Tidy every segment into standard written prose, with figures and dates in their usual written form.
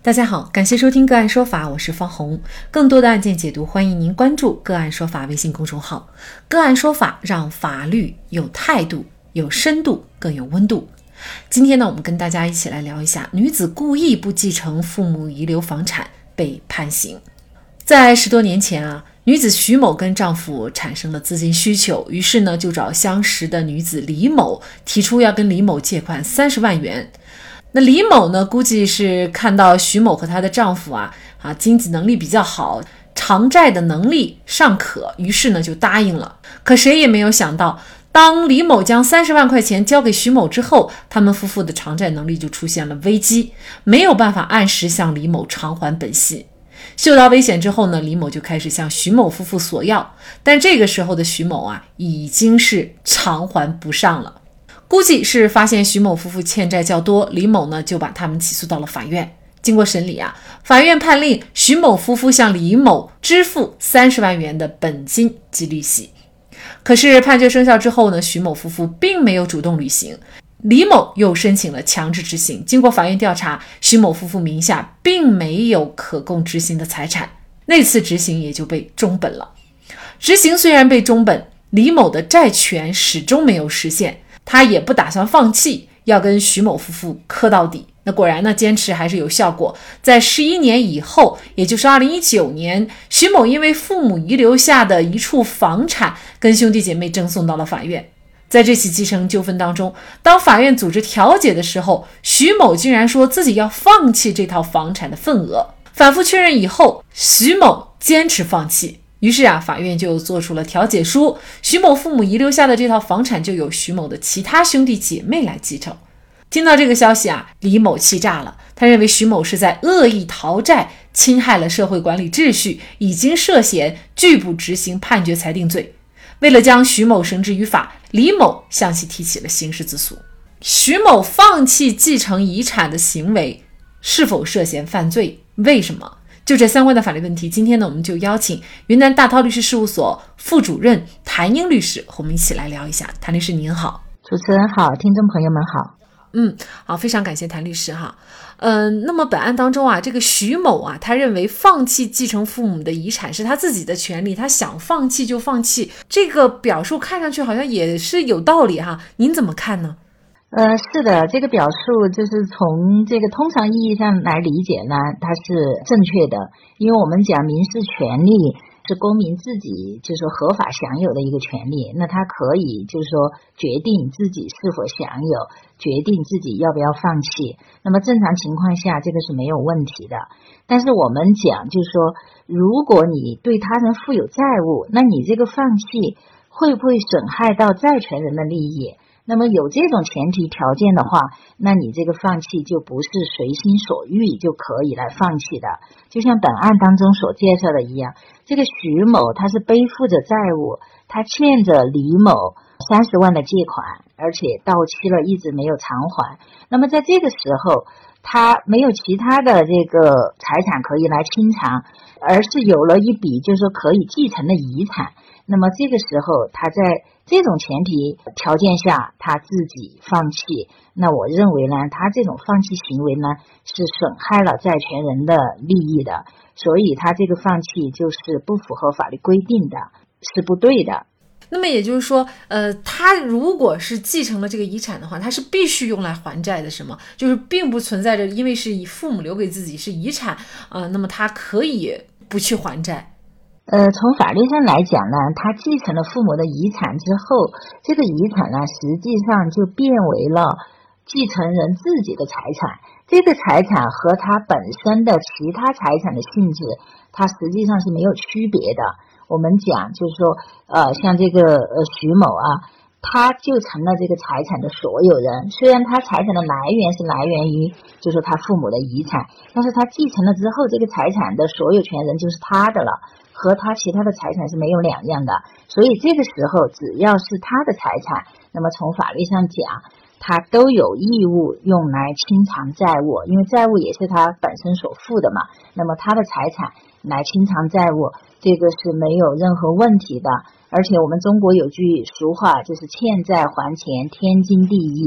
大家好，感谢收听个案说法，我是方红。更多的案件解读，欢迎您关注个案说法微信公众号。个案说法让法律有态度、有深度、更有温度。今天呢，我们跟大家一起来聊一下，女子故意不继承父母遗留房产被判刑。在10多年前啊，女子徐某跟丈夫产生了资金需求，于是呢就找相识的女子李某，提出要跟李某借款30万元。那李某呢，估计是看到徐某和她的丈夫经济能力比较好，偿债的能力尚可，于是呢就答应了。可谁也没有想到，当李某将30万块钱交给徐某之后，他们夫妇的偿债能力就出现了危机，没有办法按时向李某偿还本息。嗅到危险之后呢，李某就开始向徐某夫妇索要，但这个时候的徐某已经是偿还不上了。估计是发现徐某夫妇欠债较多，李某呢就把他们起诉到了法院。经过审理法院判令徐某夫妇向李某支付30万元的本金及利息。可是判决生效之后呢，徐某夫妇并没有主动履行，李某又申请了强制执行。经过法院调查，徐某夫妇名下并没有可供执行的财产，那次执行也就被终本了。执行虽然被终本，李某的债权始终没有实现，他也不打算放弃，要跟徐某夫妇磕到底。那果然呢，坚持还是有效果。在11年以后，也就是2019年，徐某因为父母遗留下的一处房产，跟兄弟姐妹争讼到了法院。在这起继承纠纷当中，当法院组织调解的时候，徐某竟然说自己要放弃这套房产的份额。反复确认以后，徐某坚持放弃。于是法院就做出了调解书，徐某父母遗留下的这套房产就由徐某的其他兄弟姐妹来继承。听到这个消息李某气炸了，他认为徐某是在恶意逃债，侵害了社会管理秩序，已经涉嫌拒不执行判决裁定罪。为了将徐某绳之于法，李某向其提起了刑事自诉。徐某放弃继承遗产的行为是否涉嫌犯罪？为什么？就这相关的法律问题，今天呢，我们就邀请云南大韬律师事务所副主任谭英律师和我们一起来聊一下。谭律师您好。 主持人好，听众朋友们好。 好，非常感谢谭律师那么本案当中这个徐某他认为放弃继承父母的遗产是他自己的权利，他想放弃就放弃，这个表述看上去好像也是有道理您怎么看呢？ 是的，这个表述就是从这个通常意义上来理解呢，它是正确的。因为我们讲民事权利是公民自己就是说合法享有的一个权利，那他可以就是说决定自己是否享有，决定自己要不要放弃。那么正常情况下这个是没有问题的。但是我们讲就是说，如果你对他人负有债务，那你这个放弃会不会损害到债权人的利益？那么有这种前提条件的话，那你这个放弃就不是随心所欲就可以来放弃的。就像本案当中所介绍的一样，这个徐某他是背负着债务，他欠着李某30万的借款，而且到期了一直没有偿还。那么在这个时候，他没有其他的这个财产可以来清偿，而是有了一笔就是说可以继承的遗产。那么这个时候他在这种前提条件下他自己放弃，那我认为呢，他这种放弃行为呢是损害了债权人的利益的，所以他这个放弃就是不符合法律规定的，是不对的。 那么也就是说他如果是继承了这个遗产的话，他是必须用来还债的，是吗？就是并不存在着因为是以父母留给自己是遗产那么他可以不去还债。 从法律上来讲呢，他继承了父母的遗产之后，这个遗产呢实际上就变为了继承人自己的财产。这个财产和他本身的其他财产的性质，它实际上是没有区别的。我们讲就是说像这个徐某他就成了这个财产的所有人。虽然他财产的来源是来源于就是他父母的遗产，但是他继承了之后，这个财产的所有权人就是他的了，和他其他的财产是没有两样的。所以这个时候只要是他的财产，那么从法律上讲他都有义务用来清偿债务，因为债务也是他本身所负的嘛。那么他的财产来清偿债务，这个是没有任何问题的。而且我们中国有句俗话，就是欠债还钱天经地义。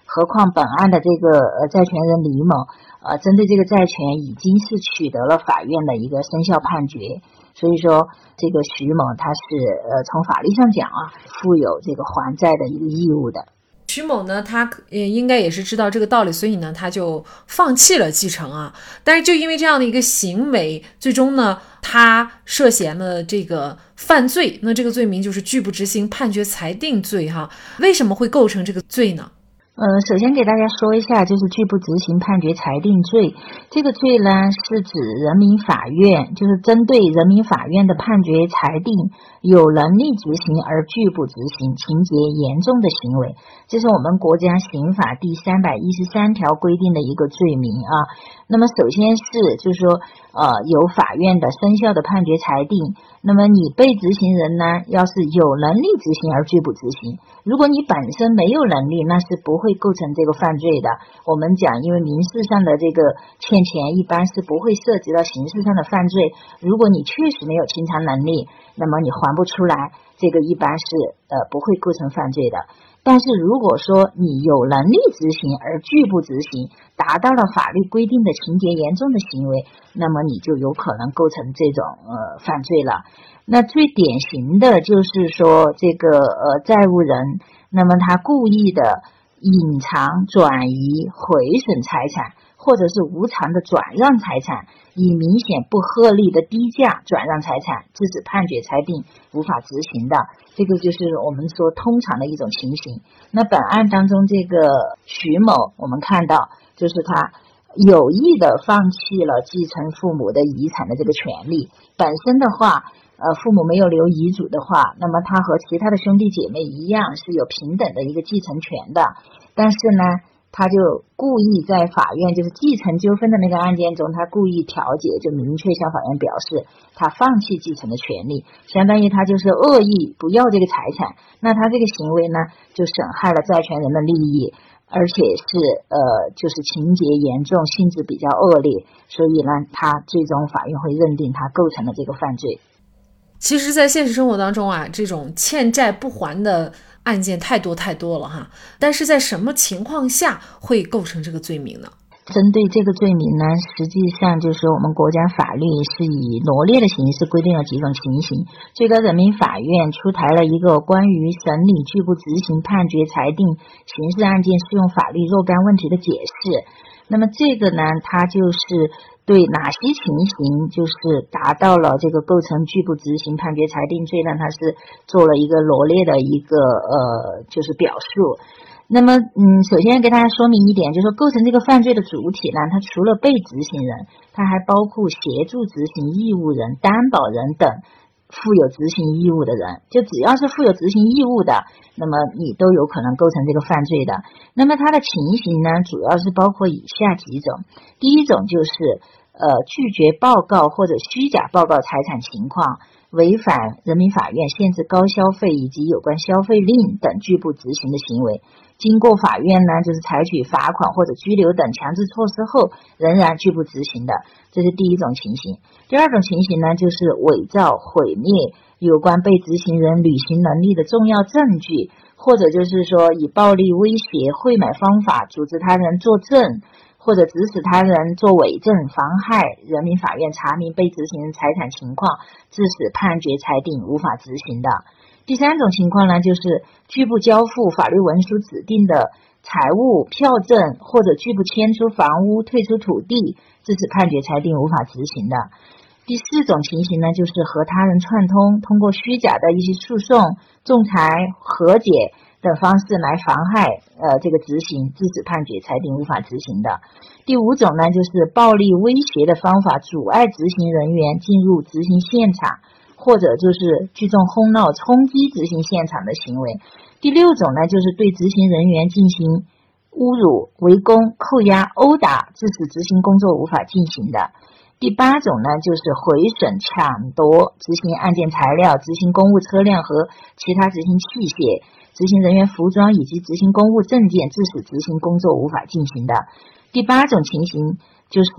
何况本案的这个债权人李某针对这个债权已经是取得了法院的一个生效判决，所以说这个徐某他是从法律上讲负有这个还债的一个义务的。 徐某呢，他应该也是知道这个道理，所以呢他就放弃了继承但是就因为这样的一个行为，最终呢他涉嫌了这个犯罪，那这个罪名就是拒不执行判决裁定罪为什么会构成这个罪呢？ 首先给大家说一下，就是拒不执行判决裁定罪。这个罪呢，是指人民法院就是针对人民法院的判决裁定有能力执行而拒不执行，情节严重的行为。这是我们国家刑法第313条规定的一个罪名那么首先是就是说有法院的生效的判决裁定，那么你被执行人呢，要是有能力执行而拒不执行，如果你本身没有能力，那是不会构成这个犯罪的。我们讲，因为民事上的这个欠钱一般是不会涉及到刑事上的犯罪，如果你确实没有清偿能力，那么你还不出来，这个一般是不会构成犯罪的。但是如果说你有能力执行而拒不执行，达到了法律规定的情节严重的行为，那么你就有可能构成这种犯罪了。那最典型的就是说这个债务人，那么他故意的隐藏、转移、毁损财产，或者是无偿的转让财产，以明显不合理的低价转让财产，致使判决裁定无法执行的，这个就是我们说通常的一种情形。那本案当中这个徐某，我们看到就是他有意的放弃了继承父母的遗产的这个权利，本身的话父母没有留遗嘱的话，那么他和其他的兄弟姐妹一样是有平等的一个继承权的，但是呢他就故意在法院就是继承纠纷的那个案件中，他故意调解，就明确向法院表示他放弃继承的权利，相当于他就是恶意不要这个财产，那他这个行为呢就损害了债权人的利益，而且是就是情节严重，性质比较恶劣，所以呢他最终法院会认定他构成了这个犯罪。 其实在现实生活当中这种欠债不还的案件太多了但是在什么情况下会构成这个罪名呢？ 针对这个罪名呢，实际上就是我们国家法律是以罗列的形式规定了几种情形。最高人民法院出台了一个关于审理拒不执行判决裁定刑事案件适用法律若干问题的解释。那么这个呢，它就是对哪些情形就是达到了这个构成拒不执行判决裁定罪呢，它是做了一个罗列的一个就是表述。那么首先给大家说明一点，就是说构成这个犯罪的主体呢，它除了被执行人，它还包括协助执行义务人、担保人等负有执行义务的人，就只要是负有执行义务的，那么你都有可能构成这个犯罪的。那么它的情形呢，主要是包括以下几种。第一种就是拒绝报告或者虚假报告财产情况，违反人民法院限制高消费以及有关消费令等拒不执行的行为，经过法院呢就是采取罚款或者拘留等强制措施后仍然拒不执行的，这是第一种情形。第二种情形呢，就是伪造毁灭有关被执行人履行能力的重要证据，或者就是说以暴力威胁贿买方法组织他人作证，或者指使他人作伪证，妨害人民法院查明被执行人财产情况，致使判决裁定无法执行的。第三种情况呢，就是拒不交付法律文书指定的财物、票证，或者拒不迁出房屋、退出土地，致使判决裁定无法执行的。第四种情形呢，就是和他人串通，通过虚假的一些诉讼、仲裁、和解等方式来妨害这个执行，致使判决裁定无法执行的。第五种呢，就是暴力威胁的方法阻碍执行人员进入执行现场，或者就是聚众哄闹冲击执行现场的行为。第六种呢，就是对执行人员进行侮辱、围攻、扣押、殴打，致使执行工作无法进行的。第八种呢，就是毁损、抢夺执行案件材料、执行公务车辆和其他执行器械、执行人员服装以及执行公务证件，致使执行工作无法进行的。第八种情形就是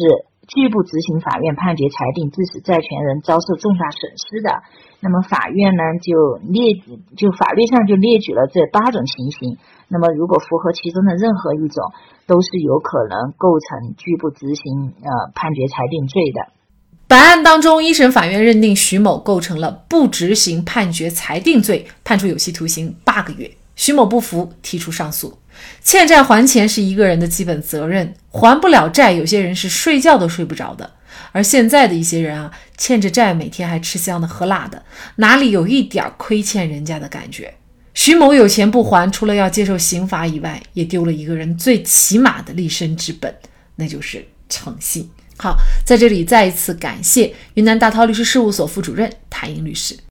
拒不执行法院判决裁定，致使债权人遭受重大损失的，那么法院呢就法律上就列举了这8种情形，那么如果符合其中的任何一种，都是有可能构成拒不执行判决裁定罪的。 本案当中，一审法院认定徐某构成了不执行判决裁定罪，判处有期徒刑8个月。徐某不服，提出上诉。欠债还钱是一个人的基本责任，还不了债，有些人是睡觉都睡不着的。而现在的一些人欠着债，每天还吃香的喝辣的，哪里有一点亏欠人家的感觉？徐某有钱不还，除了要接受刑罚以外，也丢了一个人最起码的立身之本，那就是诚信。好，在这里再一次感谢云南大韬律师事务所副主任谭英律师。